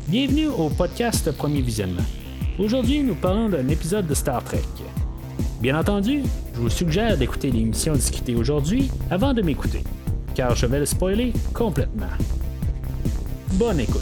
Bienvenue au podcast Premier Visionnement. Aujourd'hui, nous parlons d'un épisode de Star Trek. Bien entendu, je vous suggère d'écouter l'émission discutée aujourd'hui avant de m'écouter, car je vais le spoiler complètement. Bonne écoute.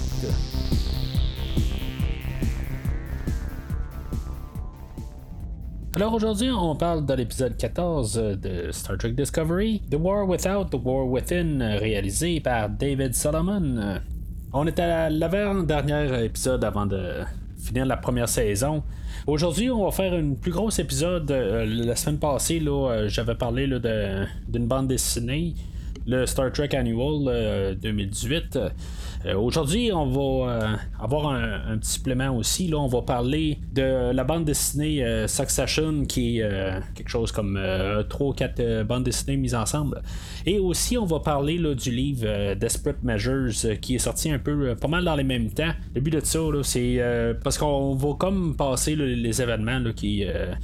Alors aujourd'hui, on parle de l'épisode 14 de Star Trek Discovery, The War Without, The War Within, réalisé par David Solomon. On est à l'avant-dernier épisode avant de finir la première saison. Aujourd'hui, on va faire un plus gros épisode. La semaine passée, j'avais parlé d'une bande dessinée, le Star Trek Annual 2018. Aujourd'hui, on va avoir un petit supplément aussi. Là, on va parler de la bande dessinée Succession, qui est quelque chose comme 3 ou 4 bandes dessinées mises ensemble. Et aussi, on va parler du livre Desperate Measures, qui est sorti un peu pas mal dans les mêmes temps. Le but de ça, c'est parce qu'on va comme passer les événements qui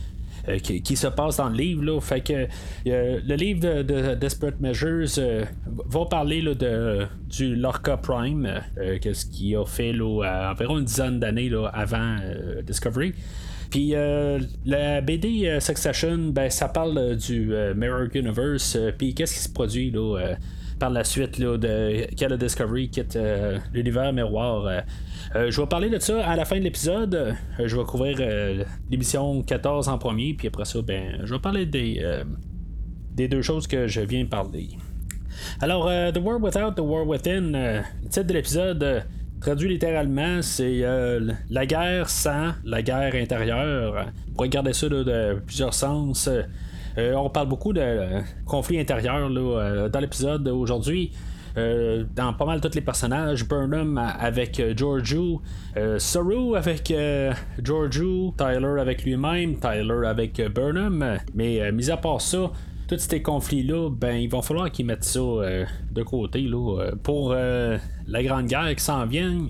se passe dans le livre. Là. Fait que le livre de Desperate Measures va parler du Lorca Prime, ce qu'il a fait environ une dizaine d'années avant Discovery. Puis la BD Succession, ça parle du Mirror Universe. Puis qu'est-ce qui se produit par la suite quand la Discovery quitte l'univers miroir. Je vais parler de ça à la fin de l'épisode. Je vais couvrir l'émission 14 en premier, puis après ça, je vais parler des deux choses que je viens de parler. Alors, The War Without, The War Within, le titre de l'épisode, traduit littéralement, c'est la guerre sans la guerre intérieure. On pourrait regarder ça de plusieurs sens. On parle beaucoup de conflits intérieurs dans l'épisode aujourd'hui. Dans pas mal tous les personnages, Burnham avec Georgiou, Saru avec Georgiou, Tyler avec lui-même, Tyler avec Burnham, mais mis à part ça, tous ces conflits-là, il va falloir qu'ils mettent ça de côté pour la grande guerre qui s'en vient.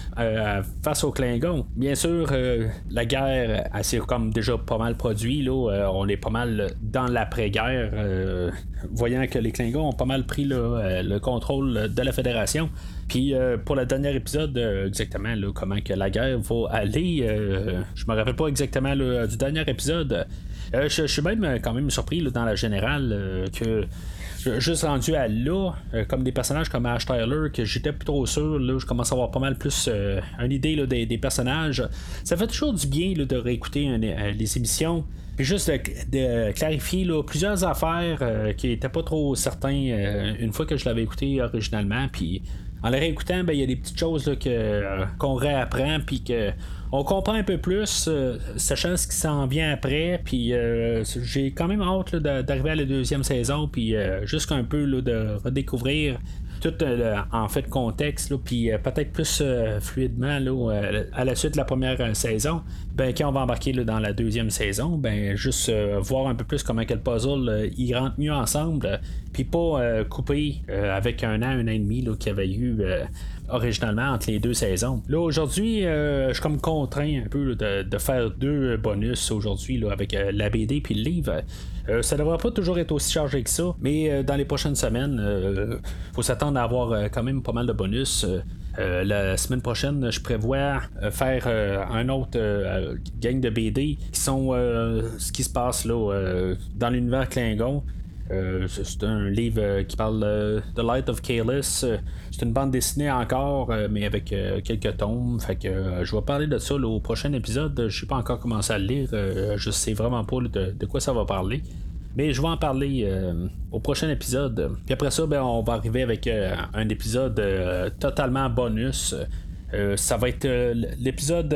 Face aux Klingons. Bien sûr, la guerre, elle s'est comme déjà pas mal produit. On est pas mal dans l'après-guerre, voyant que les Klingons ont pas mal pris le contrôle de la Fédération. Puis pour le dernier épisode, exactement comment que la guerre va aller, je me rappelle pas exactement du dernier épisode. Je suis même quand même surpris dans la générale que juste rendu à là, comme des personnages comme Ash Tyler, que j'étais plus trop sûr, je commence à avoir pas mal plus une idée des personnages. Ça fait toujours du bien de réécouter les émissions, puis juste de clarifier plusieurs affaires qui n'étaient pas trop certains une fois que je l'avais écouté originalement, puis en les réécoutant, il y a des petites choses qu'on réapprend, puis on comprend un peu plus, sachant ce qui s'en vient après. Puis j'ai quand même hâte d'arriver à la deuxième saison, puis juste un peu de redécouvrir tout en fait contexte, puis peut-être plus fluidement à la suite de la première saison. Quand on va embarquer dans la deuxième saison, juste voir un peu plus comment que le puzzle il rentre mieux ensemble, puis pas couper avec un an et demi qu'il y avait eu originalement entre les deux saisons. Là aujourd'hui, je suis comme contraint un peu de faire 2 bonus aujourd'hui avec la BD puis le livre. Ça devrait pas toujours être aussi chargé que ça, mais dans les prochaines semaines, faut s'attendre à avoir quand même pas mal de bonus. La semaine prochaine, je prévois faire un autre gang de BD qui sont ce qui se passe dans l'univers Klingon. C'est un livre qui parle de The Light of Kahless. C'est une bande dessinée encore, mais avec quelques tomes. Fait que je vais parler de ça au prochain épisode. Je n'ai pas encore commencé à le lire. Je sais vraiment pas de quoi ça va parler. Mais je vais en parler au prochain épisode. Puis après ça, on va arriver avec un épisode totalement bonus. Ça va être l'épisode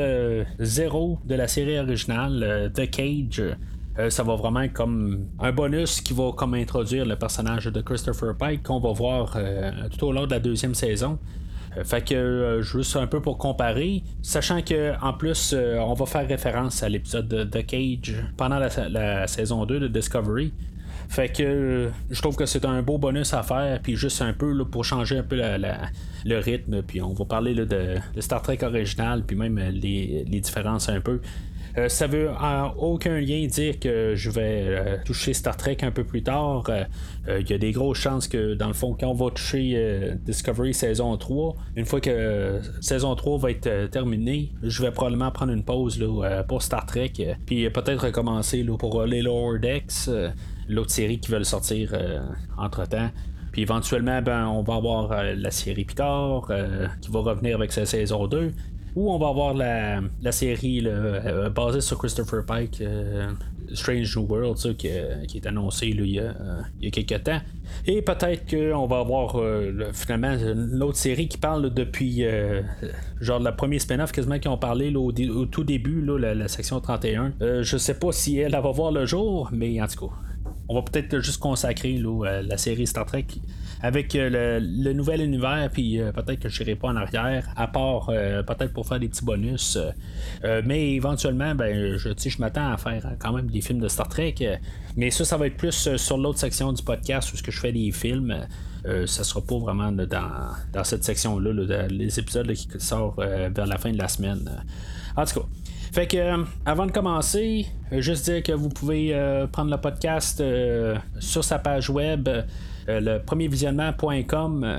0 de la série originale, The Cage. Ça va vraiment être comme un bonus qui va comme introduire le personnage de Christopher Pike qu'on va voir tout au long de la deuxième saison. Fait que juste un peu pour comparer, sachant que en plus on va faire référence à l'épisode de The Cage pendant la saison 2 de Discovery. Fait que je trouve que c'est un beau bonus à faire, puis juste un peu pour changer un peu le rythme, puis on va parler de Star Trek original, puis même les différences un peu. Ça veut en aucun lien dire que je vais toucher Star Trek un peu plus tard. Il y a des grosses chances que, dans le fond, quand on va toucher Discovery saison 3, une fois que saison 3 va être terminée, je vais probablement prendre une pause là, pour Star Trek, puis peut-être recommencer là, pour les Lower Decks, l'autre série qui veulent sortir entre-temps. Puis éventuellement, on va avoir la série Picard qui va revenir avec sa saison 2. Ou on va avoir la série là, basée sur Christopher Pike, Strange New World, ça, qui est annoncé là, il y a quelques temps. Et peut-être qu'on va avoir finalement une autre série qui parle là, depuis genre le premier spin-off quasiment qui ont parlé là, au tout début, là, la section 31. Je sais pas si elle va voir le jour, mais en tout cas, on va peut-être juste consacrer là, la série Star Trek avec le nouvel univers, puis peut-être que je n'irai pas en arrière, à part peut-être pour faire des petits bonus. Mais éventuellement, je m'attends à faire quand même des films de Star Trek. Mais ça va être plus sur l'autre section du podcast où ce que je fais des films. Ça sera pas vraiment dans cette section-là, là, les épisodes là, qui sortent vers la fin de la semaine. En tout cas. Fait que avant de commencer, juste dire que vous pouvez prendre le podcast sur sa page web, le premiervisionnement.com.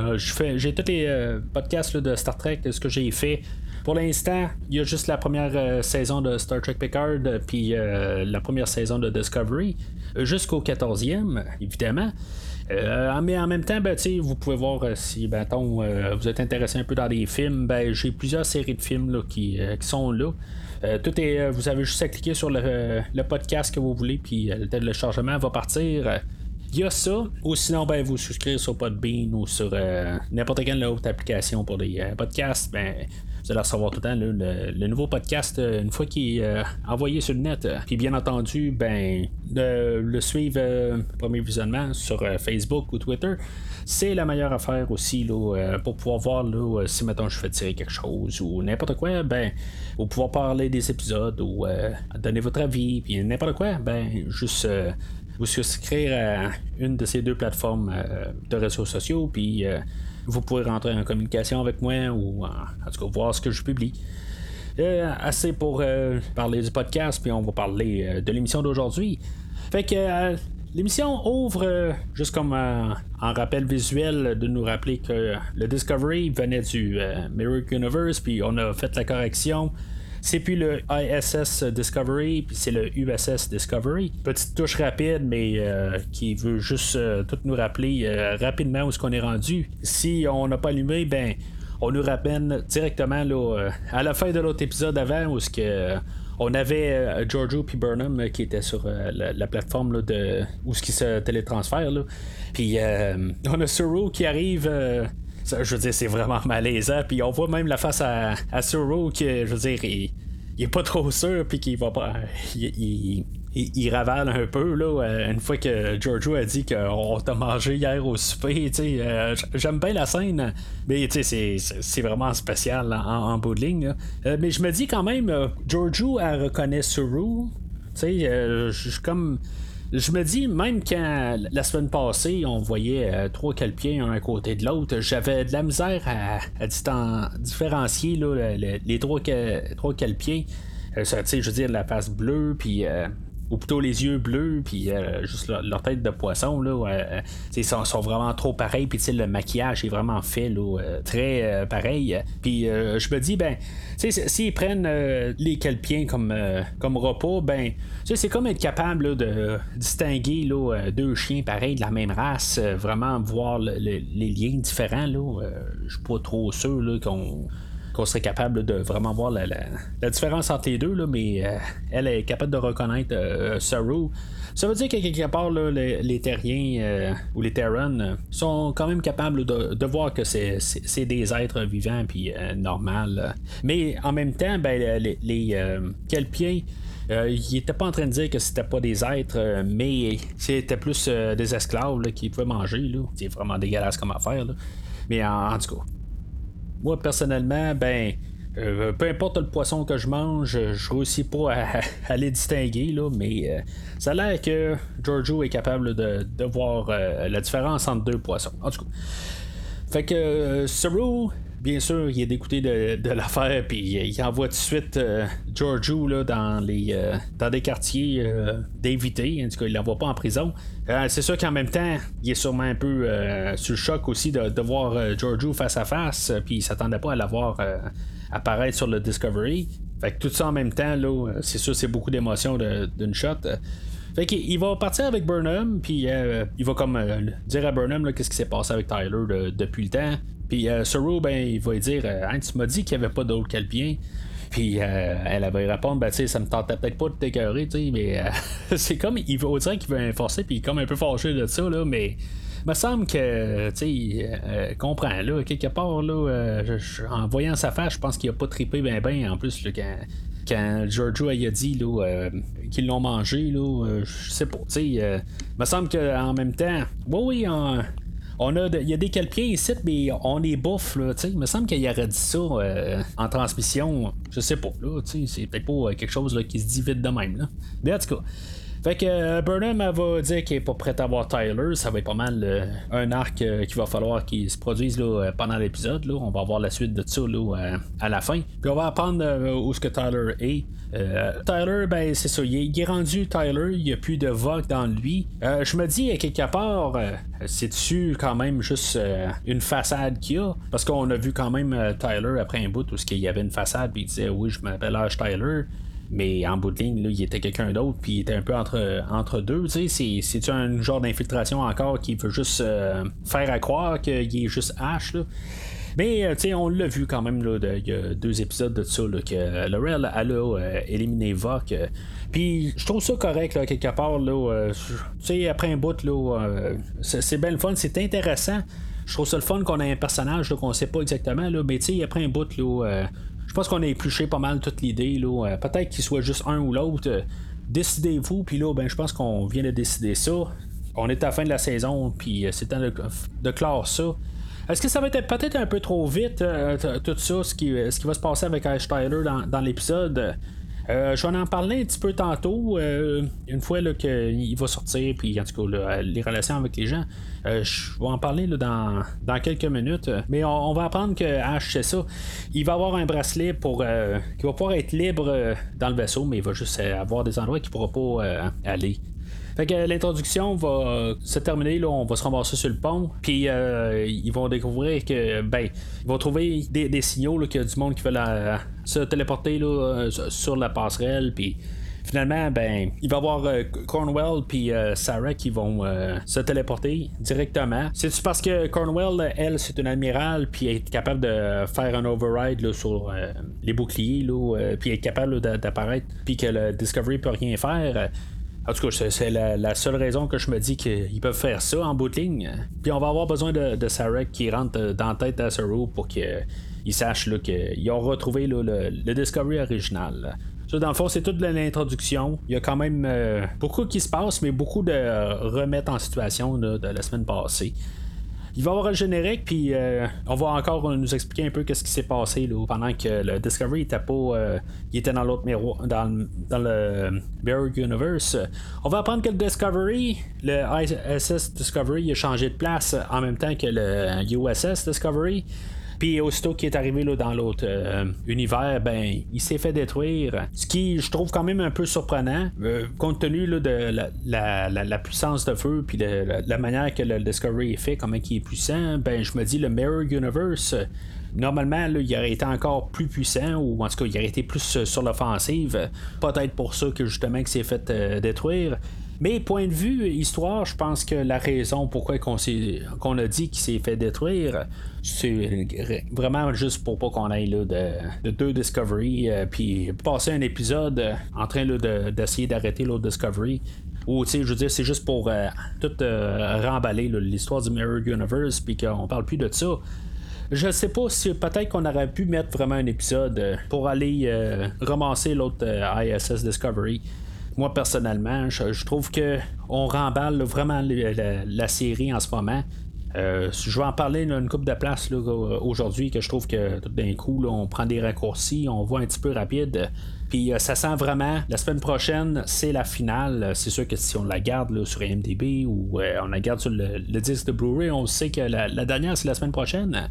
J'ai tous les podcasts là, de Star Trek, ce que j'ai fait. Pour l'instant, il y a juste la première saison de Star Trek Picard, puis la première saison de Discovery, jusqu'au 14e, évidemment. Mais en même temps, vous pouvez voir si vous êtes intéressé un peu dans des films. J'ai plusieurs séries de films là, qui sont là. Tout est, vous avez juste à cliquer sur le podcast que vous voulez, puis le téléchargement va partir. Il y a ça, ou sinon vous souscrire sur Podbean ou sur n'importe quelle autre application pour des podcasts. Vous allez recevoir tout le temps le nouveau podcast une fois qu'il est envoyé sur le net. Puis bien entendu, le suivre Premier Visionnement sur Facebook ou Twitter, c'est la meilleure affaire aussi là, pour pouvoir voir là, si mettons je fais tirer quelque chose ou n'importe quoi, ou pouvoir parler des épisodes ou donner votre avis, puis n'importe quoi, juste vous souscrire à une de ces deux plateformes de réseaux sociaux, puis vous pourrez rentrer en communication avec moi ou en tout cas voir ce que je publie. Assez pour parler du podcast, puis on va parler de l'émission d'aujourd'hui. Fait que l'émission ouvre juste comme en rappel visuel de nous rappeler que le Discovery venait du Mirror Universe, puis on a fait la correction. C'est plus le ISS Discovery, puis c'est le USS Discovery. Petite touche rapide, mais qui veut juste tout nous rappeler rapidement où est-ce qu'on est rendu. Si on n'a pas allumé, on nous ramène directement là, à la fin de l'autre épisode avant, où on avait Georgiou puis Burnham qui était sur la plateforme là, où ce qui se télétransfère. Puis on a Saru qui arrive. Je veux dire, c'est vraiment malaisant. Puis on voit même la face à Saru qui, je veux dire, il est pas trop sûr, puis qu'il va pas. Il ravale un peu là, une fois que Giorgio a dit qu'on t'a mangé hier au souper. J'aime bien la scène, mais c'est vraiment spécial en bout de ligne. Mais je me dis quand même, Giorgio elle reconnaît Saru. Je me dis, même quand la semaine passée, on voyait trois Kelpiens un à côté de l'autre, j'avais de la misère à différencier là, les trois Kelpiens. Je veux dire, la face bleue, puis ou plutôt les yeux bleus, puis juste leur tête de poisson là, ils sont vraiment trop pareils, puis le maquillage est vraiment fait là, très pareil. Puis je me dis s'ils prennent les Kelpiens comme repas, c'est comme être capable là, de distinguer là, deux chiens pareils de la même race, vraiment voir les liens différents là. Je suis pas trop sûr là, qu'on serait capable de vraiment voir la différence entre les deux, là, mais elle est capable de reconnaître Saru. Ça veut dire que quelque part, là, les Terriens ou les Terrans sont quand même capables de voir que c'est des êtres vivants puis normal. Mais en même temps, les Kelpiens, il était pas en train de dire que c'était pas des êtres, mais c'était plus des esclaves là, qui pouvaient manger. Là. C'est vraiment dégueulasse comme affaire. Là. Mais en tout cas, moi personnellement, peu importe le poisson que je mange, je réussis pas à les distinguer, là, mais ça a l'air que Giorgio est capable de voir la différence entre deux poissons. En tout cas. Fait que Saru, bien sûr, il est dégoûté de l'affaire, puis il envoie tout de suite Giorgio là, dans des quartiers d'invités. En tout cas, il l'envoie pas en prison. C'est sûr qu'en même temps, il est sûrement un peu sur le choc aussi de voir Giorgio face à face, puis il s'attendait pas à l'avoir apparaître sur le Discovery. Fait que tout ça en même temps, là, c'est sûr, c'est beaucoup d'émotions d'une shot. Fait qu'il va partir avec Burnham, puis il va comme dire à Burnham là, qu'est-ce qui s'est passé avec Tyler depuis le temps. Puis Saru, ben, il va lui dire hein, tu m'as dit qu'il n'y avait pas d'autre qu'elle bien. Puis elle va répondre ben, tu sais, ça me tentait peut-être pas de t'écœurer, tu sais, mais c'est comme, on dirait qu'il veut forcer, puis il est comme un peu fâché de ça, là, mais. Il me semble que, tu sais, comprends, là, quelque part, là, en voyant sa face, je pense qu'il a pas trippé ben, en plus, là, quand Giorgio a dit, là, qu'ils l'ont mangé, là, je sais pas, tu sais, il me semble qu'en même temps, oui, il y a des calpiens ici, mais on les bouffe, là, tu sais, il me semble qu'il aurait dit ça en transmission, je sais pas, là, tu sais, c'est peut-être pas quelque chose là, qui se dit vite de même, là, mais en tout cas. Fait que Burnham va dire qu'il est pas prêt à voir Tyler. Ça va être pas mal un arc qu'il va falloir qu'il se produise là, pendant l'épisode. Là. On va voir la suite de ça là, à la fin. Puis on va apprendre où est-ce que Tyler est. Tyler, ben c'est ça. Il est rendu Tyler. Il n'y a plus de Vogue dans lui. Je me dis, quelque part, c'est-tu quand même juste une façade qu'il y a? Parce qu'on a vu quand même Tyler après un bout où il y avait une façade. Puis il disait, oui, je m'appelle Ash Tyler. Mais en bout de ligne, là, il était quelqu'un d'autre, puis il était un peu entre deux. Tu sais, c'est un genre d'infiltration encore qui veut juste faire à croire qu'il est juste Ash. Là. Mais tu sais, on l'a vu quand même, il y a 2 épisodes de ça, là, que Laurel elle a éliminé Vok. Puis je trouve ça correct, là, quelque part. Tu sais, après un bout, là, c'est bien le fun, c'est intéressant. Je trouve ça le fun qu'on a un personnage là, qu'on sait pas exactement, là, mais tu sais, après un bout, là. Je pense qu'on a épluché pas mal toute l'idée. Là. Peut-être qu'il soit juste un ou l'autre. Décidez-vous, puis là, ben, je pense qu'on vient de décider ça. On est à la fin de la saison, puis c'est temps de clore ça. Est-ce que ça va être peut-être un peu trop vite, tout ça, ce qui va se passer avec Ash Tyler dans l'épisode? Je vais en parler un petit peu tantôt, une fois là, qu'il va sortir, puis en tout cas, là, les relations avec les gens. Je vais en parler là, dans quelques minutes. Mais on va apprendre que Ash, c'est ça. Il va avoir un bracelet qui va pouvoir être libre dans le vaisseau, mais il va juste avoir des endroits qu'il ne pourra pas aller. Fait que l'introduction va se terminer, là, on va se ramasser sur le pont, puis ils vont découvrir que, ben, ils vont trouver des signaux, là, qu'il y a du monde qui veut se téléporter là, sur la passerelle, puis finalement, ben, il va y avoir Cornwell puis Sarah qui vont se téléporter directement. C'est parce que Cornwell, elle, c'est une admirale, puis elle est capable de faire un override là, sur les boucliers, là, puis elle est capable là, d'apparaître, puis que le Discovery peut rien faire. En tout cas, c'est la seule raison que je me dis qu'ils peuvent faire ça en bout de ligne. Puis on va avoir besoin de Sarah qui rentre dans la tête à Saru pour qu'il sache qu'ils ont retrouvé là, le Discovery original. Ça, dans le fond, c'est toute l'introduction. Il y a quand même beaucoup qui se passe, mais beaucoup de remettre en situation là, de la semaine passée. Il va y avoir un générique, puis on va encore nous expliquer un peu qu'est-ce qui s'est passé là, pendant que le Discovery était pas. Il était dans l'autre miroir, dans le Mirror Universe. On va apprendre que le Discovery, le ISS Discovery, a changé de place en même temps que le USS Discovery. Puis aussitôt qu'il est arrivé là, dans l'autre univers, ben il s'est fait détruire. Ce qui je trouve quand même un peu surprenant, compte tenu là, de la puissance de feu, puis la manière que le Discovery est fait, comment il est puissant, ben je me dis le Mirror Universe. Normalement, là, il aurait été encore plus puissant, ou en tout cas, il aurait été plus sur l'offensive. Peut-être pour ça que justement qu'il s'est fait détruire. Mais point de vue histoire, je pense que la raison pourquoi qu'on a dit qu'il s'est fait détruire, c'est vraiment juste pour pas qu'on aille là, de 2 Discovery, puis passer un épisode en train là, d'essayer d'arrêter l'autre Discovery. Ou tu sais, je veux dire, c'est juste pour tout remballer là, l'histoire du Mirror Universe, puis qu'on parle plus de ça. Je sais pas si peut-être qu'on aurait pu mettre vraiment un épisode pour aller ramasser l'autre ISS Discovery. Moi personnellement, je trouve que on remballe là, vraiment la série en ce moment. Je vais en parler là, une couple de places là, aujourd'hui, que je trouve que tout d'un coup là, on prend des raccourcis, on voit un petit peu rapide. Puis ça sent vraiment, la semaine prochaine, c'est la finale. C'est sûr que si on la garde là, sur IMDb ou on la garde sur le disque de Blu-ray, on sait que la dernière, c'est la semaine prochaine.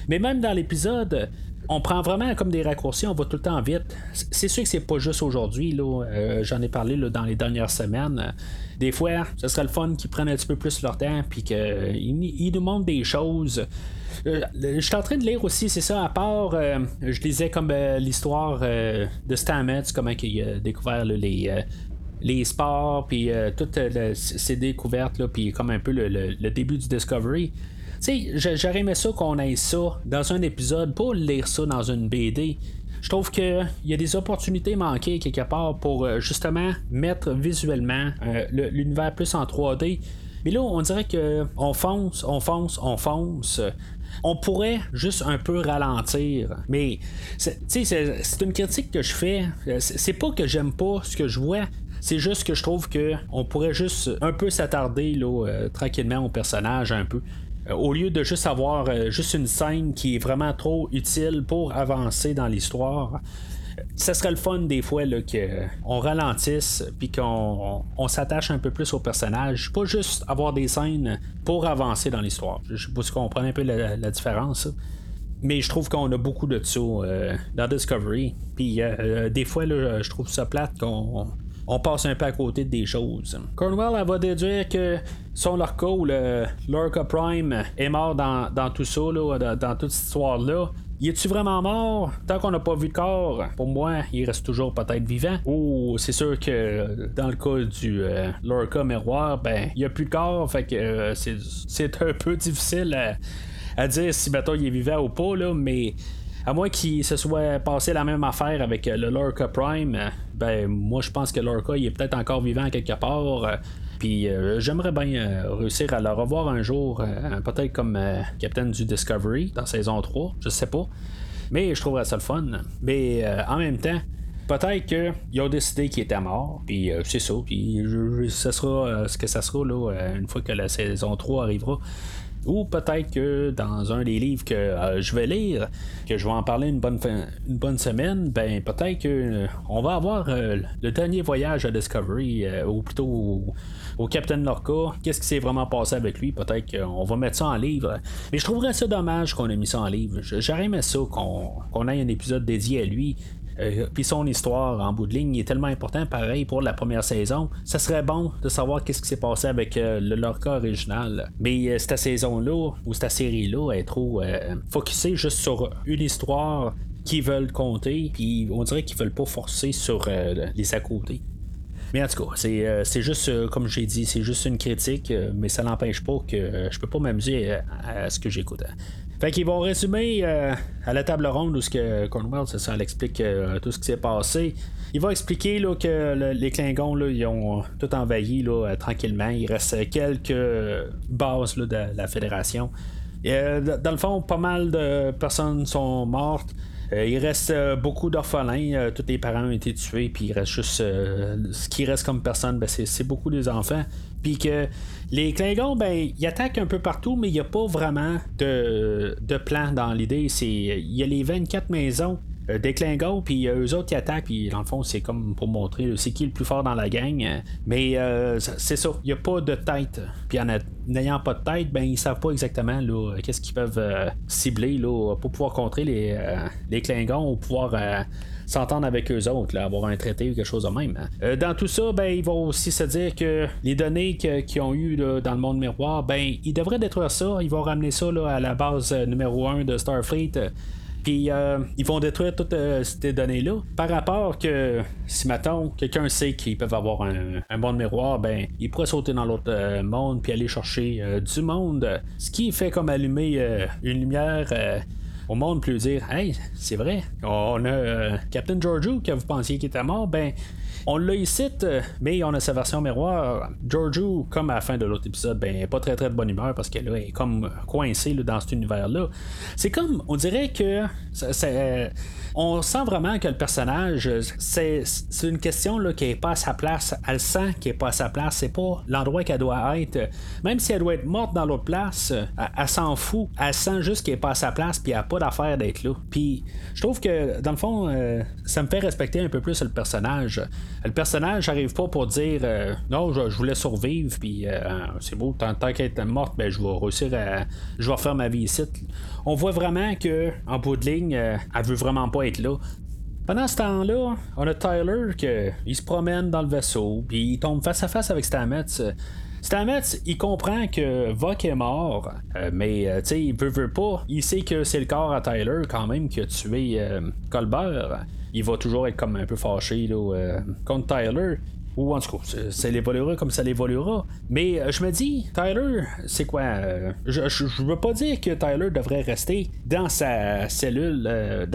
Mais même dans l'épisode, on prend vraiment comme des raccourcis, on va tout le temps vite. C'est sûr que c'est pas juste aujourd'hui, là. J'en ai parlé là, dans les dernières semaines. Des fois, ce serait le fun qu'ils prennent un petit peu plus leur temps, puis qu'ils nous montrent des choses. Je suis en train de lire aussi, c'est ça, à part, je lisais comme l'histoire de Stamets, comment il a découvert là, les sports, puis toutes ces découvertes, là, puis comme un peu le début du Discovery. Tu sais, j'aurais aimé ça qu'on ait ça dans un épisode, pas lire ça dans une BD. Je trouve qu'il y a des opportunités manquées quelque part pour justement mettre visuellement l'univers plus en 3D. Mais là, on dirait que on fonce. On pourrait juste un peu ralentir. Mais c'est une critique que je fais. C'est pas que j'aime pas ce que je vois. C'est juste que je trouve que on pourrait juste un peu s'attarder là, tranquillement au personnage un peu. Au lieu de juste avoir juste une scène qui est vraiment trop utile pour avancer dans l'histoire. Ça serait le fun des fois là, qu'on ralentisse puis qu'on s'attache un peu plus au personnage, pas juste avoir des scènes pour avancer dans l'histoire. Je sais pas si vous comprenez un peu la différence. Mais je trouve qu'on a beaucoup de ça dans Discovery. Puis des fois là, je trouve ça plate qu'on passe un peu à côté des choses. Cornwell, elle va déduire que son Lorca ou le Lorca Prime est mort dans tout ça, là, dans toute cette histoire-là. Y est-tu vraiment mort? Tant qu'on n'a pas vu de corps, pour moi, il reste toujours peut-être vivant. Ou c'est sûr que dans le cas du Lorca miroir, ben, il n'y a plus de corps, fait que c'est un peu difficile à dire si mettons il est vivant ou pas, là, mais à moins qu'il se soit passé la même affaire avec le Lorca Prime, ben moi je pense que Lorca il est peut-être encore vivant quelque part. Puis j'aimerais bien réussir à le revoir un jour, peut-être comme capitaine du Discovery dans saison 3, je sais pas. Mais je trouverais ça le fun. Mais en même temps, peut-être qu'ils ont décidé qu'il était mort, puis c'est ça, puis ça sera ce que ça sera là, une fois que la saison 3 arrivera. Ou peut-être que dans un des livres que je vais lire, que je vais en parler une bonne semaine, ben peut-être que on va avoir le dernier voyage à Discovery, ou plutôt au Captain Lorca. Qu'est-ce qui s'est vraiment passé avec lui? Peut-être qu'on va mettre ça en livre. Mais je trouverais ça dommage qu'on ait mis ça en livre. J'aurais aimé ça qu'on ait un épisode dédié à lui. Puis son histoire en bout de ligne est tellement important, pareil pour la première saison. Ça serait bon de savoir qu'est-ce qui s'est passé avec le Lorca original. Mais cette saison-là, ou cette série-là, est trop focusée juste sur une histoire qu'ils veulent compter, puis on dirait qu'ils veulent pas forcer sur les à côté. Mais en tout cas, c'est juste, comme j'ai dit, c'est juste une critique, mais ça n'empêche pas que je peux pas m'amuser à ce que j'écoute. Fait qu'ils vont résumer à la table ronde où ce que Cornwell, c'est ça, elle explique tout ce qui s'est passé. Il va expliquer là, que les Klingons là, ils ont tout envahi là, tranquillement. Il reste quelques bases là, de la Fédération. Dans le fond, pas mal de personnes sont mortes. Il reste beaucoup d'orphelins, tous les parents ont été tués, puis il reste juste ce qui reste comme personne, ben, c'est beaucoup des enfants. Puis que les Klingons, ben, ils attaquent un peu partout, mais il n'y a pas vraiment de plan dans l'idée. Il y a les 24 maisons des Klingons, puis eux autres qui attaquent, puis dans le fond, c'est comme pour montrer c'est qui le plus fort dans la gang. Mais c'est ça, il n'y a pas de tête. Puis en n'ayant pas de tête, ben ils savent pas exactement là, qu'est-ce qu'ils peuvent cibler là, pour pouvoir contrer les Klingons ou pouvoir s'entendre avec eux autres, là, avoir un traité ou quelque chose de même. Dans tout ça, ben ils vont aussi se dire que les données qu'ils ont eues là, dans le monde miroir, ben ils devraient détruire ça, ils vont ramener ça là, à la base numéro 1 de Starfleet. Puis ils vont détruire toutes ces données-là. Par rapport que si maintenant quelqu'un sait qu'ils peuvent avoir un monde miroir, ben il pourrait sauter dans l'autre monde puis aller chercher du monde. Ce qui fait comme allumer une lumière au monde plus dire hey, c'est vrai, on a Captain Georgiou que vous pensiez qu'il était mort, ben on l'a ici, mais on a sa version miroir. Georgiou, comme à la fin de l'autre épisode, ben pas très très de bonne humeur parce qu'elle est comme coincée là, dans cet univers-là. C'est comme, on dirait que on sent vraiment que le personnage, c'est une question là, qui est pas à sa place. Elle sent qu'elle est pas à sa place. C'est pas l'endroit qu'elle doit être. Même si elle doit être morte dans l'autre place, elle s'en fout. Elle sent juste qu'elle est pas à sa place, puis elle n'a pas d'affaire d'être là. Puis je trouve que dans le fond, ça me fait respecter un peu plus le personnage. Le personnage n'arrive pas pour dire non, je voulais survivre, puis c'est beau, tant qu'elle est morte, ben je vais réussir je vais refaire ma vie ici. On voit vraiment que en bout de ligne, elle veut vraiment pas être là. Pendant ce temps-là, on a Tyler il se promène dans le vaisseau, puis il tombe face à face avec Stamets. Stamets, il comprend que Vok est mort, mais tu sais, il veut pas. Il sait que c'est le corps à Tyler quand même qui a tué Colbert. Il va toujours être comme un peu fâché là, contre Tyler. Ou en tout cas, ça l'évoluera comme ça l'évoluera. Mais je me dis, Tyler, c'est quoi? Je veux pas dire que Tyler devrait rester dans sa cellule,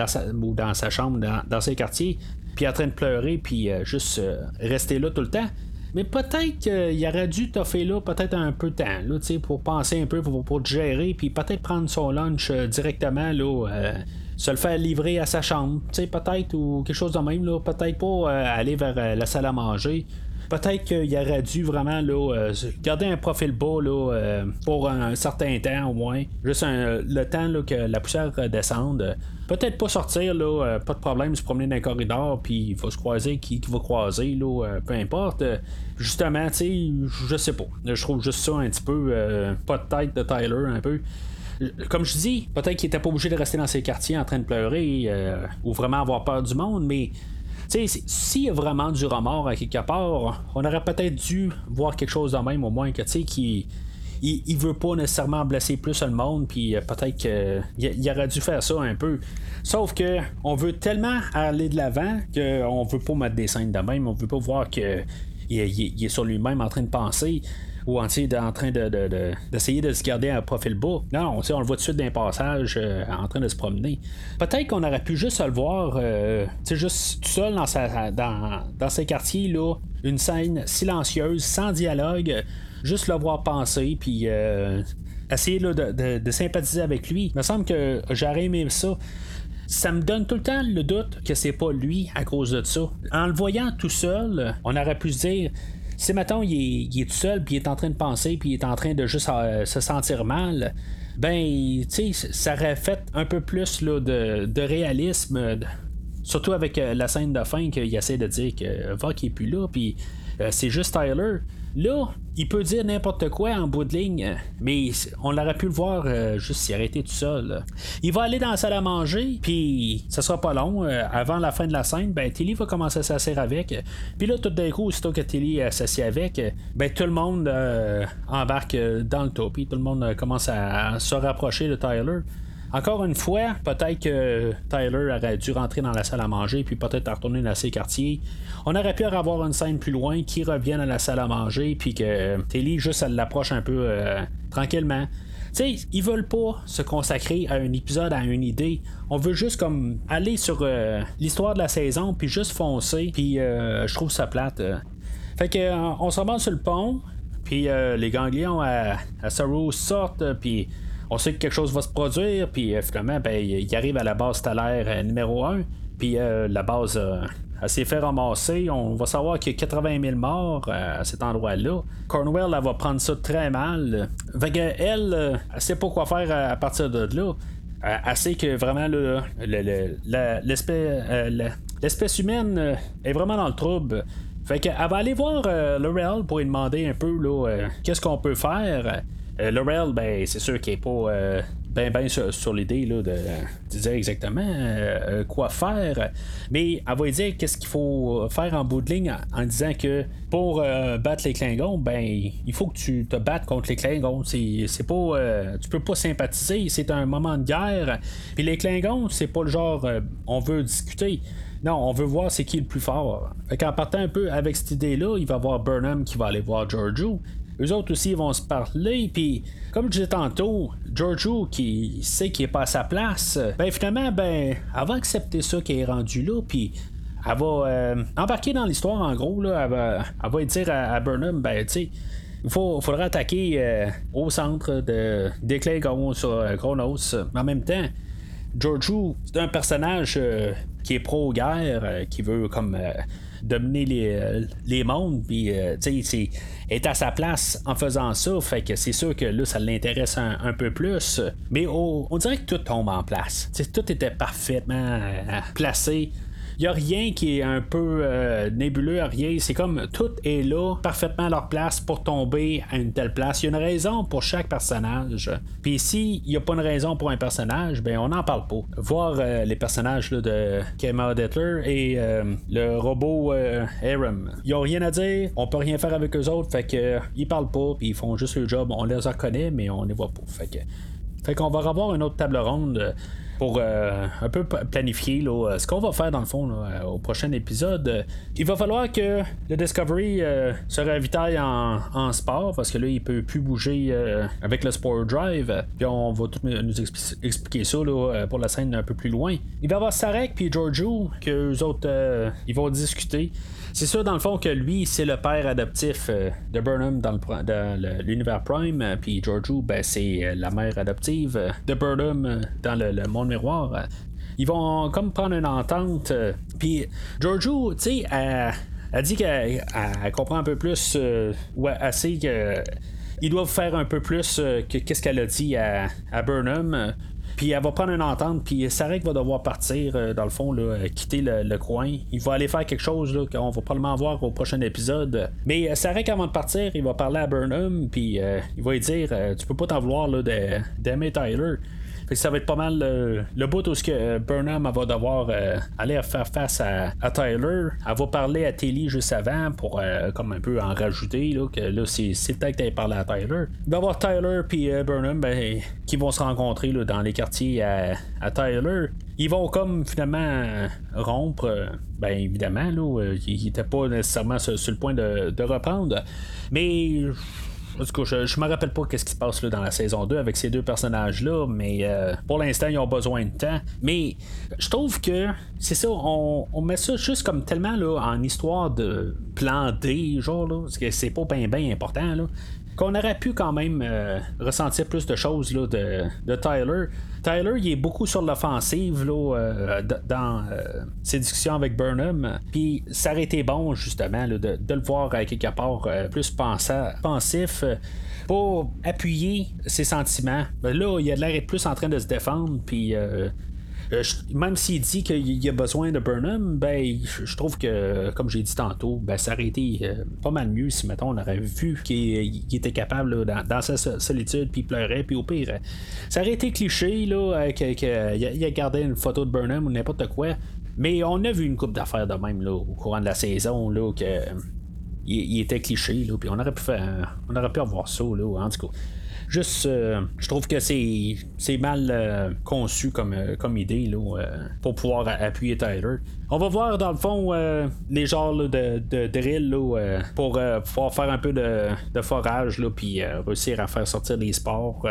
ou dans sa chambre, dans ses quartiers, puis en train de pleurer, puis juste rester là tout le temps. Mais peut-être qu'il aurait dû toffer là peut-être un peu de temps là, pour penser un peu, pour gérer, puis peut-être prendre son lunch directement là, se le faire livrer à sa chambre, peut-être, ou quelque chose de même, là, peut-être pas aller vers la salle à manger. Peut-être qu'il aurait dû vraiment là, garder un profil bas là, pour un certain temps au moins. Juste le temps là, que la poussière descende. Peut-être pas sortir, là, pas de problème, se promener dans un corridor, puis il va se croiser qui va croiser, là, peu importe. Justement, tu sais, je sais pas. Je trouve juste ça un petit peu pas de tête de Tyler, un peu. Comme je dis, peut-être qu'il était pas obligé de rester dans ses quartiers en train de pleurer ou vraiment avoir peur du monde, mais s'il y a vraiment du remords à quelque part, on aurait peut-être dû voir quelque chose de même, au moins que tu sais qu'il il veut pas nécessairement blesser plus le monde, puis peut-être qu'il aurait dû faire ça un peu. Sauf que on veut tellement aller de l'avant qu'on veut pas mettre des scènes de même, on veut pas voir que il est sur lui-même en train de penser ou en train d'essayer de se garder un profil bas. Non, on le voit tout de suite d'un passage en train de se promener. Peut-être qu'on aurait pu juste le voir juste tout seul dans ses quartiers, là, une scène silencieuse, sans dialogue, juste le voir penser, puis essayer là, de sympathiser avec lui. Il me semble que j'aurais aimé ça. Ça me donne tout le temps le doute que c'est pas lui à cause de ça. En le voyant tout seul, on aurait pu se dire, si mettons il est tout seul, puis il est en train de penser, puis il est en train de juste se sentir mal, ben, tu sais, ça aurait fait un peu plus là, de réalisme, surtout avec la scène de fin qu'il essaie de dire que Vok est plus là, puis c'est juste Tyler. Là, il peut dire n'importe quoi en bout de ligne, mais on l'aurait pu le voir juste s'il arrêtait tout seul. Il va aller dans la salle à manger, puis ça sera pas long. Avant la fin de la scène, ben Tilly va commencer à s'asseoir avec. Puis là, tout d'un coup, aussitôt que Tilly s'assied avec, ben tout le monde embarque dans le tas, puis tout le monde commence à se rapprocher de Tyler. Encore une fois, peut-être que Tyler aurait dû rentrer dans la salle à manger, puis peut-être retourner dans ses quartiers. On aurait pu avoir une scène plus loin qui revienne à la salle à manger, puis que Tilly juste elle l'approche un peu tranquillement. Tu sais, ils veulent pas se consacrer à un épisode, à une idée. On veut juste comme aller sur l'histoire de la saison, puis juste foncer, puis je trouve ça plate. Fait que on s'en va sur le pont, puis les ganglions à Saru sortent, puis on sait que quelque chose va se produire, puis finalement, ben, il arrive à la base stellaire numéro 1, puis la base elle s'est fait ramasser. On va savoir qu'il y a 80 000 morts à cet endroit-là. Cornwell, elle va prendre ça très mal. Fait que elle sait pas quoi faire à partir de là. Elle sait que vraiment là, l'espèce humaine est vraiment dans le trouble. Fait qu'elle va aller voir L'Oréal pour lui demander un peu là, qu'est-ce qu'on peut faire. L'Oréal, ben, c'est sûr qu'il n'est pas ben sur l'idée là, de dire exactement quoi faire, mais elle va lui dire qu'est-ce qu'il faut faire en bout de ligne en disant que pour battre les Klingons, ben il faut que tu te battes contre les Klingons. C'est pas tu peux pas sympathiser, c'est un moment de guerre, puis les Klingons, c'est pas le genre on veut discuter. Non, on veut voir c'est qui le plus fort. Fait qu'en partant un peu avec cette idée-là, il va y avoir Burnham qui va aller voir Georgiou. Eux autres aussi, ils vont se parler, puis comme je disais tantôt, Georgiou qui sait qu'il est pas à sa place, ben finalement, ben, elle va accepter ça qu'il est rendu là, puis elle va embarquer dans l'histoire, en gros, là, elle va dire à Burnham, ben, tu sais, il faudra attaquer au centre des Klingons sur Kronos. Mais en même temps, Georgiou, c'est un personnage qui est pro-guerre, qui veut comme dominer les mondes, puis est à sa place en faisant ça, fait que c'est sûr que là, ça l'intéresse un peu plus. Mais on dirait que tout tombe en place. T'sais, tout était parfaitement placé. Il n'y a rien qui est un peu nébuleux, rien. C'est comme tout est là, parfaitement à leur place pour tomber à une telle place. Il y a une raison pour chaque personnage. Puis s'il n'y a pas une raison pour un personnage, ben on n'en parle pas. Voir les personnages là, de Kema Detler et le robot Aram. Ils n'ont rien à dire, on peut rien faire avec eux autres, fait que ils parlent pas, puis ils font juste le job. On les reconnaît, mais on les voit pas. Fait qu'on va revoir une autre table ronde pour un peu planifier là, ce qu'on va faire dans le fond là, au prochain épisode. Il va falloir que le Discovery se ravitaille en sport parce que là il peut plus bouger avec le Sport Drive. Puis on va tout nous expliquer ça là, pour la scène un peu plus loin. Il va y avoir Sarek puis Georgiou que eux autres ils vont discuter. C'est sûr, dans le fond, que lui, c'est le père adoptif de Burnham dans l'univers Prime, puis Georgiou, ben, c'est la mère adoptive de Burnham dans le monde miroir. Ils vont comme prendre une entente, puis Georgiou, tu sais, elle dit qu'elle comprend un peu plus, ouais, assez que ils doivent faire un peu plus que qu'est-ce qu'elle a dit à Burnham. Puis elle va prendre une entente, puis Sarek va devoir partir, dans le fond, là, quitter le coin. Il va aller faire quelque chose là, qu'on va probablement voir au prochain épisode. Mais Sarek, avant de partir, il va parler à Burnham, puis il va lui dire tu peux pas t'en vouloir d'aimer Tyler. Fait que ça va être pas mal le bout où Burnham va devoir aller faire face à Tyler. Elle va parler à Tilly juste avant pour comme un peu en rajouter là, que là c'est le temps que tu ailles parler à Tyler. Il va y avoir Tyler puis Burnham qui vont se rencontrer là, dans les quartiers à Tyler. Ils vont comme finalement rompre. Ben évidemment, là, ils n'étaient pas nécessairement sur le point de reprendre. Mais en tout cas, je me rappelle pas qu'est-ce qui se passe là, dans la saison 2 avec ces deux personnages-là, mais pour l'instant, ils ont besoin de temps. Mais je trouve que c'est ça, on met ça juste comme tellement là, en histoire de plan D, genre, là, parce que c'est pas bien important, là, qu'on aurait pu quand même ressentir plus de choses là, de Tyler. Tyler, il est beaucoup sur l'offensive là, dans ses discussions avec Burnham. Puis ça aurait été bon, justement, là, de le voir à quelque part plus pensif pour appuyer ses sentiments. Là, il a l'air plus en train de se défendre. Puis même s'il dit qu'il a besoin de Burnham, ben je trouve que, comme j'ai dit tantôt, ben ça aurait été pas mal mieux si, mettons, on aurait vu qu'il était capable là, dans sa solitude, puis il pleurait, puis au pire, ça aurait été cliché là, qu'il a gardé une photo de Burnham ou n'importe quoi. Mais on a vu une couple d'affaires de même là, au courant de la saison là, que il était cliché là, puis on aurait pu avoir ça là, en tout cas. Juste, je trouve que c'est mal conçu comme idée là, pour pouvoir appuyer Tyler. On va voir dans le fond les genres là, de drill là, pour pouvoir faire un peu de forage là, puis réussir à faire sortir les spores.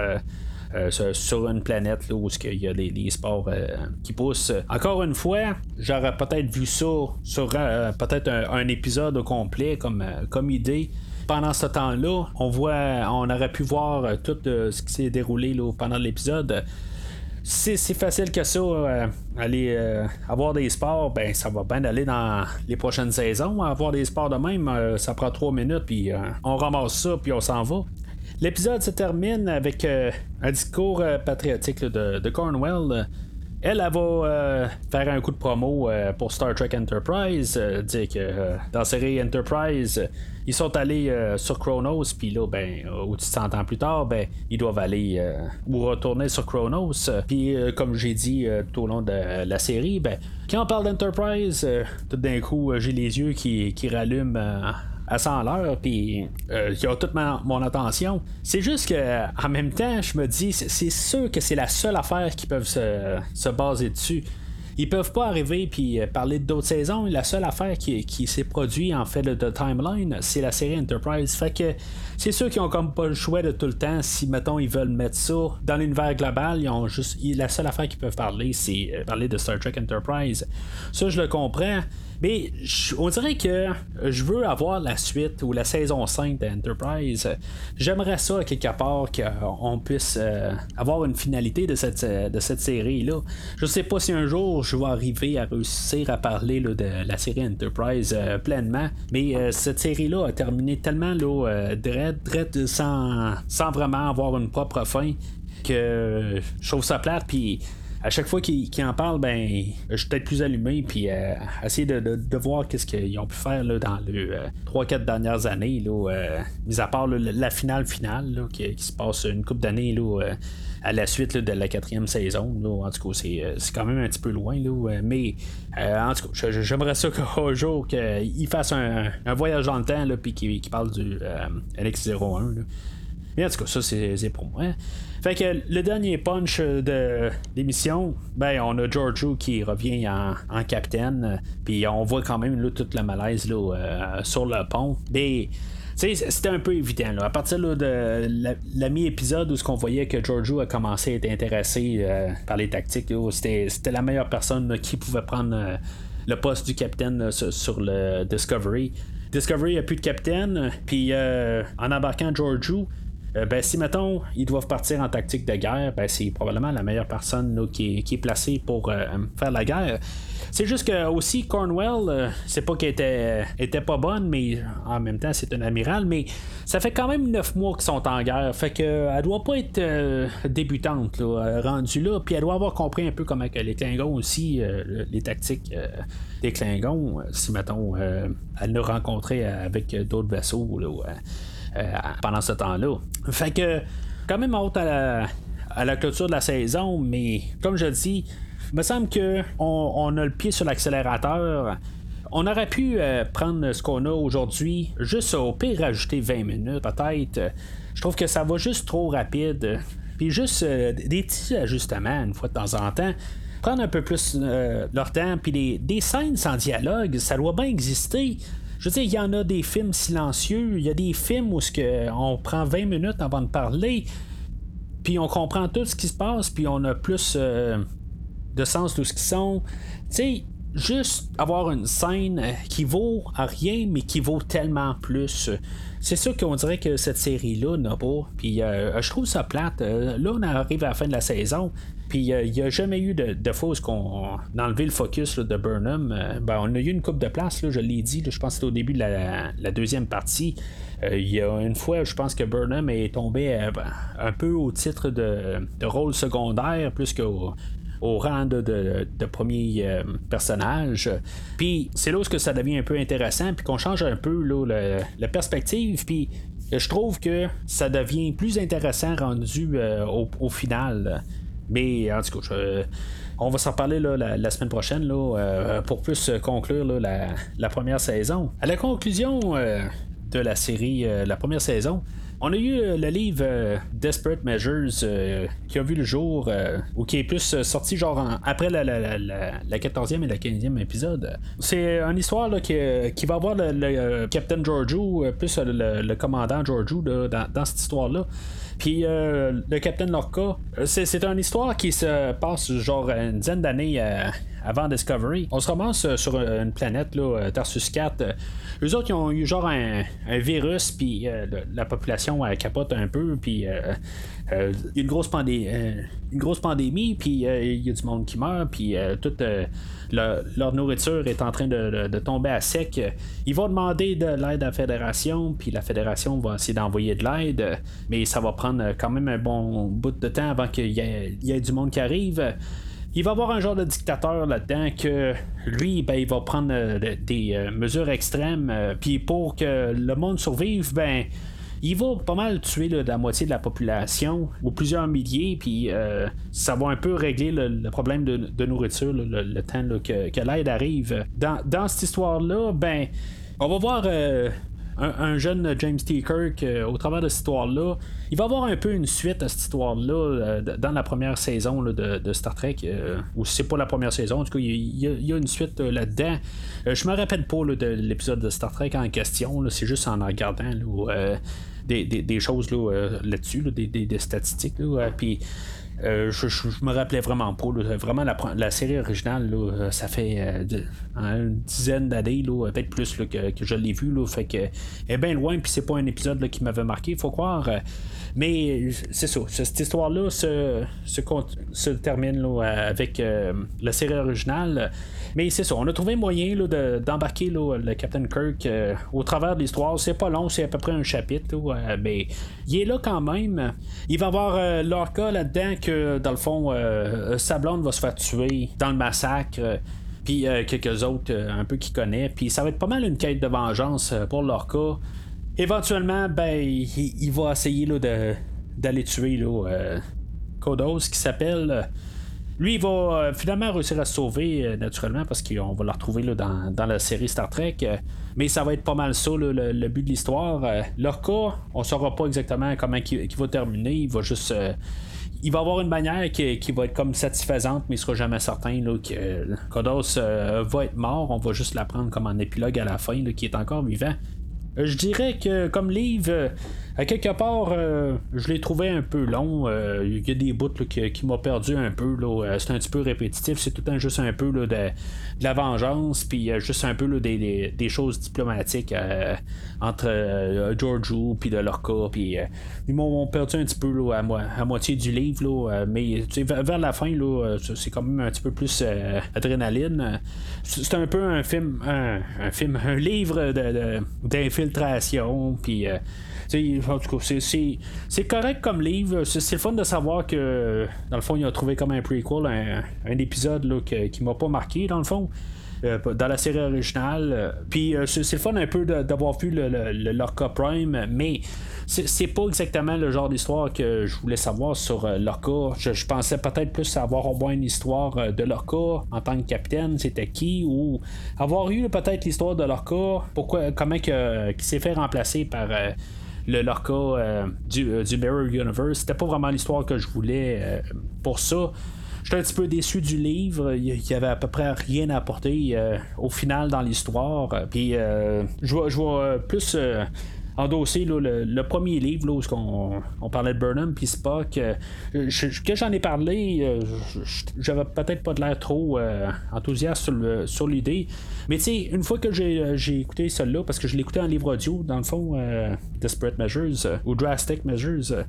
Sur une planète là, où il y a les spores qui poussent. Encore une fois, j'aurais peut-être vu ça sur peut-être un épisode au complet comme idée. Pendant ce temps-là, on aurait pu voir tout ce qui s'est déroulé là, pendant l'épisode. C'est facile que ça, aller avoir des sports, ben ça va bien aller dans les prochaines saisons. Avoir des sports de même, ça prend 3 minutes, puis on ramasse ça, puis on s'en va. L'épisode se termine avec un discours patriotique là, de Cornwell. Elle va faire un coup de promo pour Star Trek Enterprise, dire que dans la série Enterprise, ils sont allés sur Chronos, puis là, ben, au 100 ans plus tard, ben, ils doivent aller ou retourner sur Chronos. Puis, comme j'ai dit tout au long de la série, ben, quand on parle d'Enterprise, tout d'un coup, j'ai les yeux qui rallument à 100 à l'heure, puis qui a toute mon attention. C'est juste que en même temps, je me dis, c'est sûr que c'est la seule affaire qui peuvent se baser dessus. Ils peuvent pas arriver puis parler d'autres saisons. La seule affaire qui s'est produite en fait de timeline, c'est la série Enterprise. Fait que c'est sûr qu'ils ont comme pas le choix de tout le temps. Si mettons ils veulent mettre ça dans l'univers global, ils ont juste la seule affaire qu'ils peuvent parler, c'est parler de Star Trek Enterprise. Ça, je le comprends. Mais on dirait que je veux avoir la suite ou la saison 5 d'Enterprise. J'aimerais ça, quelque part, qu'on puisse avoir une finalité de cette série-là. Je sais pas si un jour je vais arriver à réussir à parler là, de la série Enterprise pleinement. Mais cette série-là a terminé tellement dread, sans vraiment avoir une propre fin que je trouve ça plate. Puis à chaque fois qu'il en parle, ben, je suis peut-être plus allumé, puis essayer de voir qu'est-ce qu'ils ont pu faire là, dans les 3-4 dernières années, là, mis à part là, la finale là, qui se passe une couple d'années là, à la suite là, de la 4e saison. Là. En tout cas, c'est quand même un petit peu loin, là, mais en tout cas, j'aimerais ça qu'un jour qu'il fasse un voyage dans le temps, puis qu'il parle du LX-01. Là. Mais en tout cas, ça, c'est pour moi. Fait que le dernier punch de l'émission, ben, on a Georgiou qui revient en capitaine, puis on voit quand même là, tout le malaise là, sur le pont. Mais c'était un peu évident. Là. À partir là, de la mi-épisode où on voyait que Georgiou a commencé à être intéressé par les tactiques, là, c'était la meilleure personne là, qui pouvait prendre le poste du capitaine sur le Discovery. Discovery n'a plus de capitaine, puis en embarquant Georgiou, ben, si mettons ils doivent partir en tactique de guerre, ben, c'est probablement la meilleure personne là, qui est placée pour faire la guerre. C'est juste que aussi Cornwell, c'est pas qu'elle était pas bonne, mais en même temps c'est un amiral, mais ça fait quand même 9 mois qu'ils sont en guerre, fait que elle doit pas être débutante là, rendue là, puis elle doit avoir compris un peu comment que les Klingons aussi, les tactiques des Klingons, si mettons elle nous rencontrait avec d'autres vaisseaux là, pendant ce temps-là. Fait que quand même hâte à la clôture de la saison, mais comme je dis, il me semble qu'on a le pied sur l'accélérateur. On aurait pu prendre ce qu'on a aujourd'hui, juste au pire rajouter 20 minutes peut-être. Je trouve que ça va juste trop rapide. Puis juste des petits ajustements une fois de temps en temps. Prendre un peu plus leur temps. Puis des scènes sans dialogue, ça doit bien exister. Je veux dire, il y en a des films silencieux, il y a des films où on prend 20 minutes avant de parler, puis on comprend tout ce qui se passe, puis on a plus de sens de ce qu'ils sont. Tu sais, juste avoir une scène qui vaut à rien, mais qui vaut tellement plus. C'est sûr qu'on dirait que cette série-là n'a pas. Puis je trouve ça plate. Là, on arrive à la fin de la saison. Puis il n'y a jamais eu de fois où on a enlevé le focus là, de Burnham. Ben, on a eu une coupe de place, là, je l'ai dit. Là, je pense que c'était au début de la deuxième partie. Il y a une fois, je pense que Burnham est tombé un peu au titre de rôle secondaire, plus qu'au rang de premier personnage. Puis c'est là où ça devient un peu intéressant, puis qu'on change un peu là, la perspective, puis je trouve que ça devient plus intéressant rendu au final. Mais en tout cas, on va s'en reparler là, la semaine prochaine là, pour plus conclure là, la première saison. À la conclusion de la série, la première saison, on a eu le livre Desperate Measures qui a vu le jour, ou qui est plus sorti genre après la 14e et la 15e épisode. C'est une histoire là, qui va avoir le Captain Georgiou, plus le commandant Georgiou dans cette histoire-là. Puis le Captain Lorca, c'est une histoire qui se passe genre une dizaine d'années avant Discovery. On se ramasse sur une planète, là, Tarsus 4. Eux autres, ils ont eu genre un virus, puis la population capote un peu, puis il y a une grosse pandémie, puis il y a du monde qui meurt, puis toute leur nourriture est en train de tomber à sec. Ils vont demander de l'aide à la Fédération, puis la Fédération va essayer d'envoyer de l'aide, mais ça va prendre quand même un bon bout de temps avant qu'il y ait du monde qui arrive. Il va y avoir un genre de dictateur là-dedans que lui, ben, il va prendre des mesures extrêmes, puis pour que le monde survive, ben, il va pas mal tuer là, la moitié de la population, ou plusieurs milliers, puis ça va un peu régler le problème de nourriture, là, le temps là, que l'aide arrive. Dans cette histoire-là, ben, on va voir un jeune James T. Kirk au travers de cette histoire-là. Il va y avoir un peu une suite à cette histoire-là dans la première saison là, de Star Trek, ou si c'est pas la première saison, en tout cas, il y a une suite là-dedans. Je me rappelle pas là, de l'épisode de Star Trek en question, là, c'est juste en regardant là, des choses là, là-dessus, là, des statistiques. Puis Je me rappelais vraiment pas. Là. Vraiment, la série originale, là, ça fait une dizaine d'années, là, peut-être plus là, que je l'ai vu. Là, fait que elle est bien loin, puis c'est pas un épisode là, qui m'avait marqué, faut croire. Mais c'est ça. Cette histoire-là se termine là, avec la série originale. Mais c'est ça. On a trouvé moyen là, d'embarquer là, le Captain Kirk au travers de l'histoire. C'est pas long, c'est à peu près un chapitre. Là, mais il est là quand même. Il va y avoir Lorca là-dedans que, dans le fond, sa blonde va se faire tuer dans le massacre. Puis quelques autres un peu qu'il connaît. Puis ça va être pas mal une quête de vengeance pour Lorca. Éventuellement, ben, il va essayer là, d'aller tuer là, Kodos, qui s'appelle. Lui, il va finalement réussir à se sauver naturellement parce qu'on va le retrouver là, dans la série Star Trek. Mais ça va être pas mal ça, là, le but de l'histoire. Lorca, on saura pas exactement comment il va terminer. Il va juste. Il va avoir une manière qui va être comme satisfaisante, mais il sera jamais certain là, que Kodos va être mort. On va juste l'apprendre comme en épilogue à la fin, là, qui est encore vivant. Je dirais que comme livre, à quelque part, je l'ai trouvé un peu long. Il y a des bouts là, qui m'ont perdu un peu. Là. C'est un petit peu répétitif. C'est tout le temps juste un peu là, de la vengeance. Puis juste un peu là, des choses diplomatiques entre Georgiou puis de Lorca. Puis ils m'ont perdu un petit peu là, à moitié du livre. Là, mais vers la fin, là, c'est quand même un petit peu plus adrénaline. C'est un peu un film, un livre d'infiltration. Puis en tout cas, c'est correct comme livre. C'est le fun de savoir que dans le fond, il a trouvé comme un prequel, un épisode là, qui m'a pas marqué dans le fond. Dans la série originale. Puis c'est le fun un peu d'avoir vu le Lorca Prime, mais c'est pas exactement le genre d'histoire que je voulais savoir sur Lorca. Je pensais peut-être plus avoir au moins une histoire de Lorca en tant que capitaine, c'était qui, ou avoir eu peut-être l'histoire de Lorca, comment qui s'est fait remplacer par le Lorca du Mirror Universe. C'était pas vraiment l'histoire que je voulais pour ça. J'étais un petit peu déçu du livre. Il y avait à peu près rien à apporter au final dans l'histoire. Puis je vais plus endosser là, le premier livre là, où on parlait de Burnham puis Spock. Que j'en ai parlé, j'avais peut-être pas de l'air trop enthousiaste sur l'idée. Mais tu sais, une fois que j'ai écouté celle-là, parce que je l'ai écouté en livre audio, dans le fond, Desperate Measures ou Drastic Measures,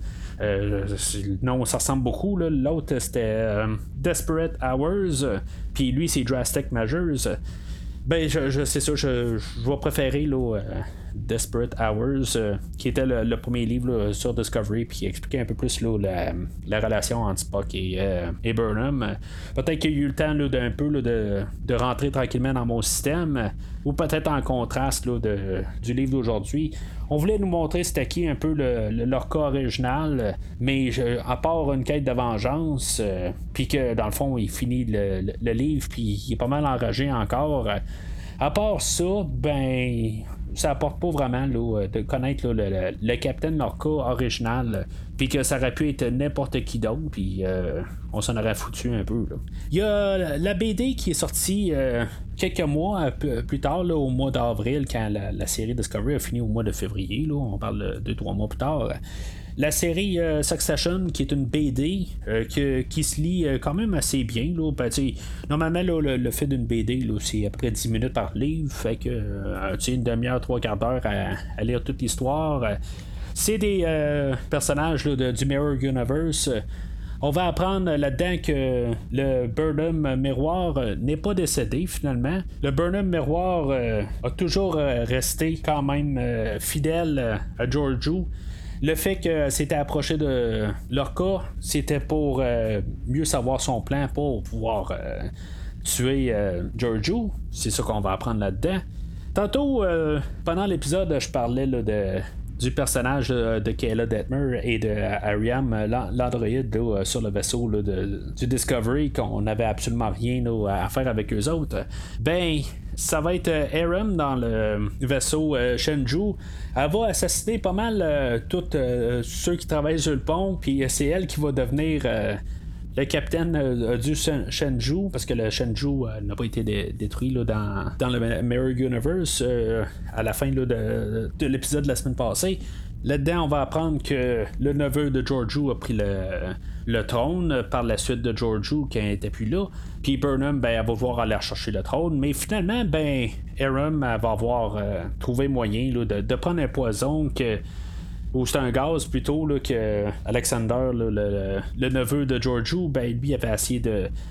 non, ça ressemble beaucoup. Là. L'autre, c'était Desperate Hours, puis lui, c'est Drastic Measures. Ben, c'est ça, je vais préférer là, Desperate Hours, qui était le premier livre là, sur Discovery, puis qui expliquait un peu plus là, la relation entre Spock et Burnham. Peut-être qu'il y a eu le temps là, d'un peu là, de rentrer tranquillement dans mon système, ou peut-être en contraste là, du livre d'aujourd'hui. On voulait nous montrer c'était qui un peu le Lorca original, mais à part une quête de vengeance, puis que dans le fond il finit le livre, puis il est pas mal enragé encore. À part ça, ben ça apporte pas vraiment là, de connaître là, le Captain Lorca original, puis que ça aurait pu être n'importe qui d'autre, puis on s'en aurait foutu un peu. Là. Il y a la BD qui est sortie quelques mois plus tard, là, au mois d'avril, quand la série Discovery a fini au mois de février. Là, on parle de 2-3 mois plus tard. La série Succession, qui est une BD qui se lit quand même assez bien. Là. Ben, normalement, là, le fait d'une BD, là, c'est à peu près 10 minutes par livre. Fait que une demi-heure, 3/4 d'heure à lire toute l'histoire. C'est des personnages là, du Mirror Universe. On va apprendre là-dedans que le Burnham Miroir n'est pas décédé finalement. Le Burnham Miroir a toujours resté quand même fidèle à Georgiou. Le fait que s'était approché de Lorca, c'était pour mieux savoir son plan pour pouvoir tuer Georgiou. C'est ça qu'on va apprendre là-dedans. Tantôt, pendant l'épisode, je parlais là, du personnage de Kayla Detmer et de Ariam, l'androïde sur le vaisseau là, du Discovery, qu'on n'avait absolument rien là, à faire avec eux autres. Ben, ça va être Aram dans le vaisseau Shenzhou. Elle va assassiner pas mal tous ceux qui travaillent sur le pont, puis c'est elle qui va devenir le capitaine du Shenzhou, parce que le Shenzhou n'a pas été détruit là, dans le Mirror Universe à la fin là, de l'épisode de la semaine passée. Là-dedans, on va apprendre que le neveu de Georgiou a pris le trône par la suite de Georgiou qui n'était plus là. Puis Burnham, elle va vouloir aller chercher le trône. Mais finalement, Aram elle va avoir trouvé moyen là, de prendre un poison ou c'est un gaz plutôt là, que Alexander, là, le neveu de Georgiou, lui avait essayé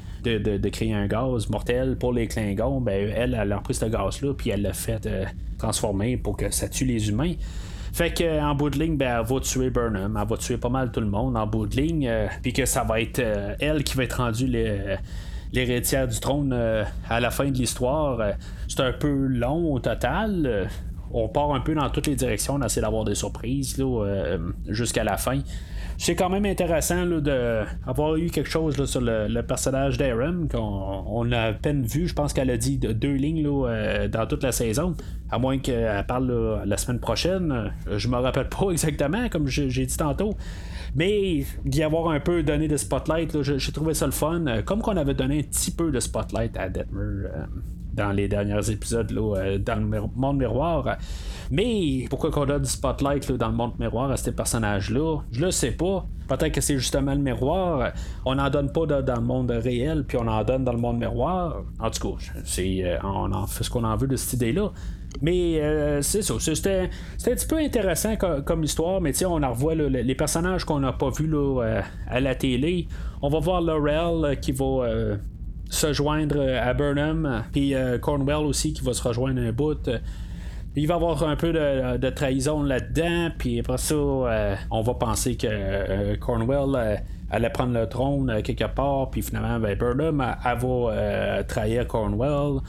de créer un gaz mortel pour les Klingons. Elle a pris ce gaz-là, puis elle l'a fait transformer pour que ça tue les humains. Fait qu'en bout de ligne, elle va tuer Burnham, elle va tuer pas mal tout le monde en bout de ligne, puis que ça va être elle qui va être rendue l'héritière du trône à la fin de l'histoire. C'est un peu long au total. On part un peu dans toutes les directions, on essaie d'avoir des surprises là, jusqu'à la fin. C'est quand même intéressant là, d'avoir eu quelque chose là, sur le personnage d'Aram qu'on a à peine vu. Je pense qu'elle a dit 2 lignes là, dans toute la saison. À moins qu'elle parle là, la semaine prochaine. Je me rappelle pas exactement, comme j'ai dit tantôt. Mais d'y avoir un peu donné de spotlight, là, j'ai trouvé ça le fun. Comme qu'on avait donné un petit peu de spotlight à Detmer dans les derniers épisodes là, dans le monde miroir. Mais pourquoi qu'on a du spotlight là, dans le monde miroir à ces personnages-là, je le sais pas. Peut-être que c'est justement le miroir. On n'en donne pas dans le monde réel, puis on en donne dans le monde miroir. En tout cas, on en fait ce qu'on en veut de cette idée-là. Mais c'est ça. C'était un petit peu intéressant comme histoire, mais on en revoit là, les personnages qu'on n'a pas vus là, à la télé. On va voir Laurel qui va se joindre à Burnham, puis Cornwell aussi qui va se rejoindre un bout. Il va y avoir un peu de trahison là-dedans, puis après ça, on va penser que Cornwell allait prendre le trône quelque part, puis finalement, Burnham elle va trahir Cornwell.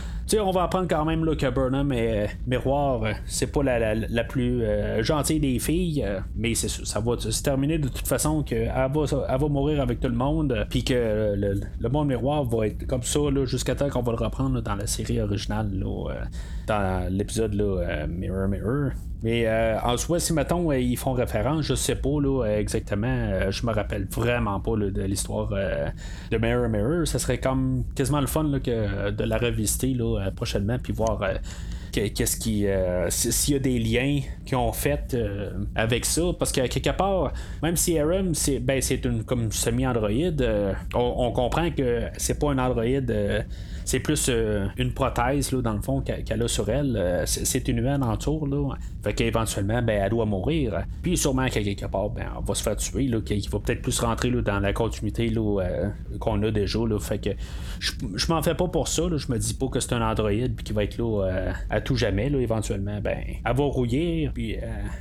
On va apprendre quand même là, que Burnham est miroir, c'est pas la plus gentille des filles, mais c'est ça va se terminer de toute façon qu'elle va mourir avec tout le monde, puis que le monde miroir va être comme ça là, jusqu'à temps qu'on va le reprendre là, dans la série originale, là, dans l'épisode là, Mirror Mirror. Mais en soi, si mettons ils font référence, je sais pas là, exactement, je me rappelle vraiment pas là, de l'histoire de Mirror Mirror. Ça serait comme quasiment le fun là, que de la revisiter là, prochainement, puis voir qu'est-ce qui s'il y a des liens qui ont fait avec ça, parce que quelque part, même si Aram c'est une comme semi-androïde, on comprend que c'est pas un androïde, c'est plus une prothèse là, dans le fond qu'elle a sur elle. C'est une humaine en tour là. Fait qu'éventuellement elle doit mourir, puis sûrement qu'à quelque part on va se faire tuer là, qu'il va peut-être plus rentrer là, dans la continuité là, qu'on a déjà là. Fait que je m'en fais pas pour ça là. Je me dis pas que c'est un androïde puis qui va être là à tout jamais là, éventuellement elle va rouiller, puis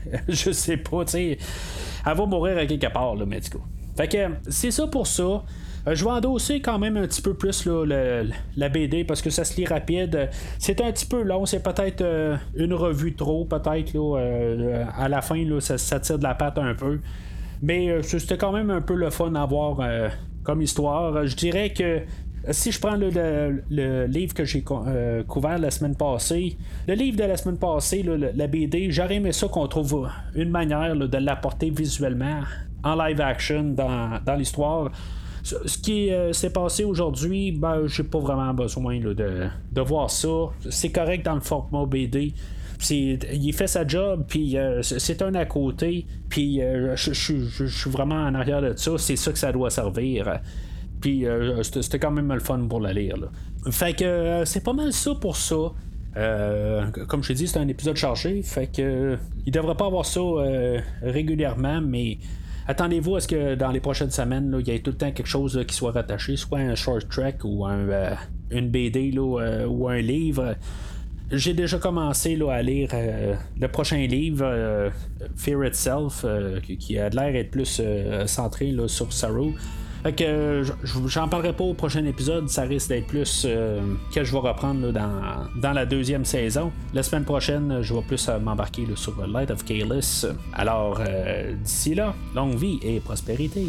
je sais pas, tu sais, elle va mourir à quelque part là, mais en tout cas. Fait que c'est ça pour ça. Je vais endosser quand même un petit peu plus là, la BD parce que ça se lit rapide. C'est un petit peu long, c'est peut-être une revue trop, peut-être là, à la fin là, ça tire de la patte un peu. Mais c'était quand même un peu le fun à voir comme histoire. Je dirais que si je prends le livre que j'ai couvert la semaine passée, le livre de la semaine passée, là, la BD, j'aurais aimé ça qu'on trouve une manière là, de l'apporter visuellement en live action dans l'histoire. Ce qui s'est passé aujourd'hui, j'ai pas vraiment besoin là, de voir ça. C'est correct dans le format BD. Il fait sa job, puis c'est un à côté, puis je suis vraiment en arrière de ça. C'est ça que ça doit servir. Puis c'était quand même le fun pour la lire là. Fait que c'est pas mal ça pour ça. Comme je t'ai dit, c'est un épisode chargé. Fait que il devrait pas avoir ça régulièrement, mais attendez-vous à ce que dans les prochaines semaines là, il y ait tout le temps quelque chose là, qui soit rattaché, soit un short track ou une BD là, ou un livre. J'ai déjà commencé là, à lire le prochain livre, Fear Itself, qui a l'air d'être plus centré là, sur Saru. Fait que j'en parlerai pas au prochain épisode, ça risque d'être plus que je vais reprendre là, dans la deuxième saison. La semaine prochaine, je vais plus m'embarquer là, sur Light of Kalis. Alors, d'ici là, longue vie et prospérité.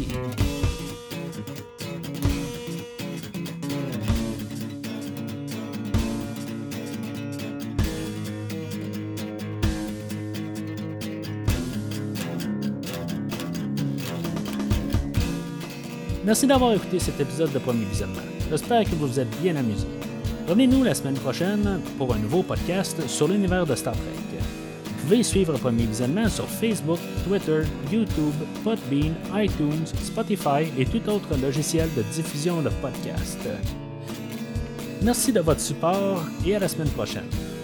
Merci d'avoir écouté cet épisode de Premier Visionnement. J'espère que vous vous êtes bien amusés. Revenez-nous la semaine prochaine pour un nouveau podcast sur l'univers de Star Trek. Vous pouvez suivre Premier Visionnement sur Facebook, Twitter, YouTube, Podbean, iTunes, Spotify et tout autre logiciel de diffusion de podcast. Merci de votre support et à la semaine prochaine.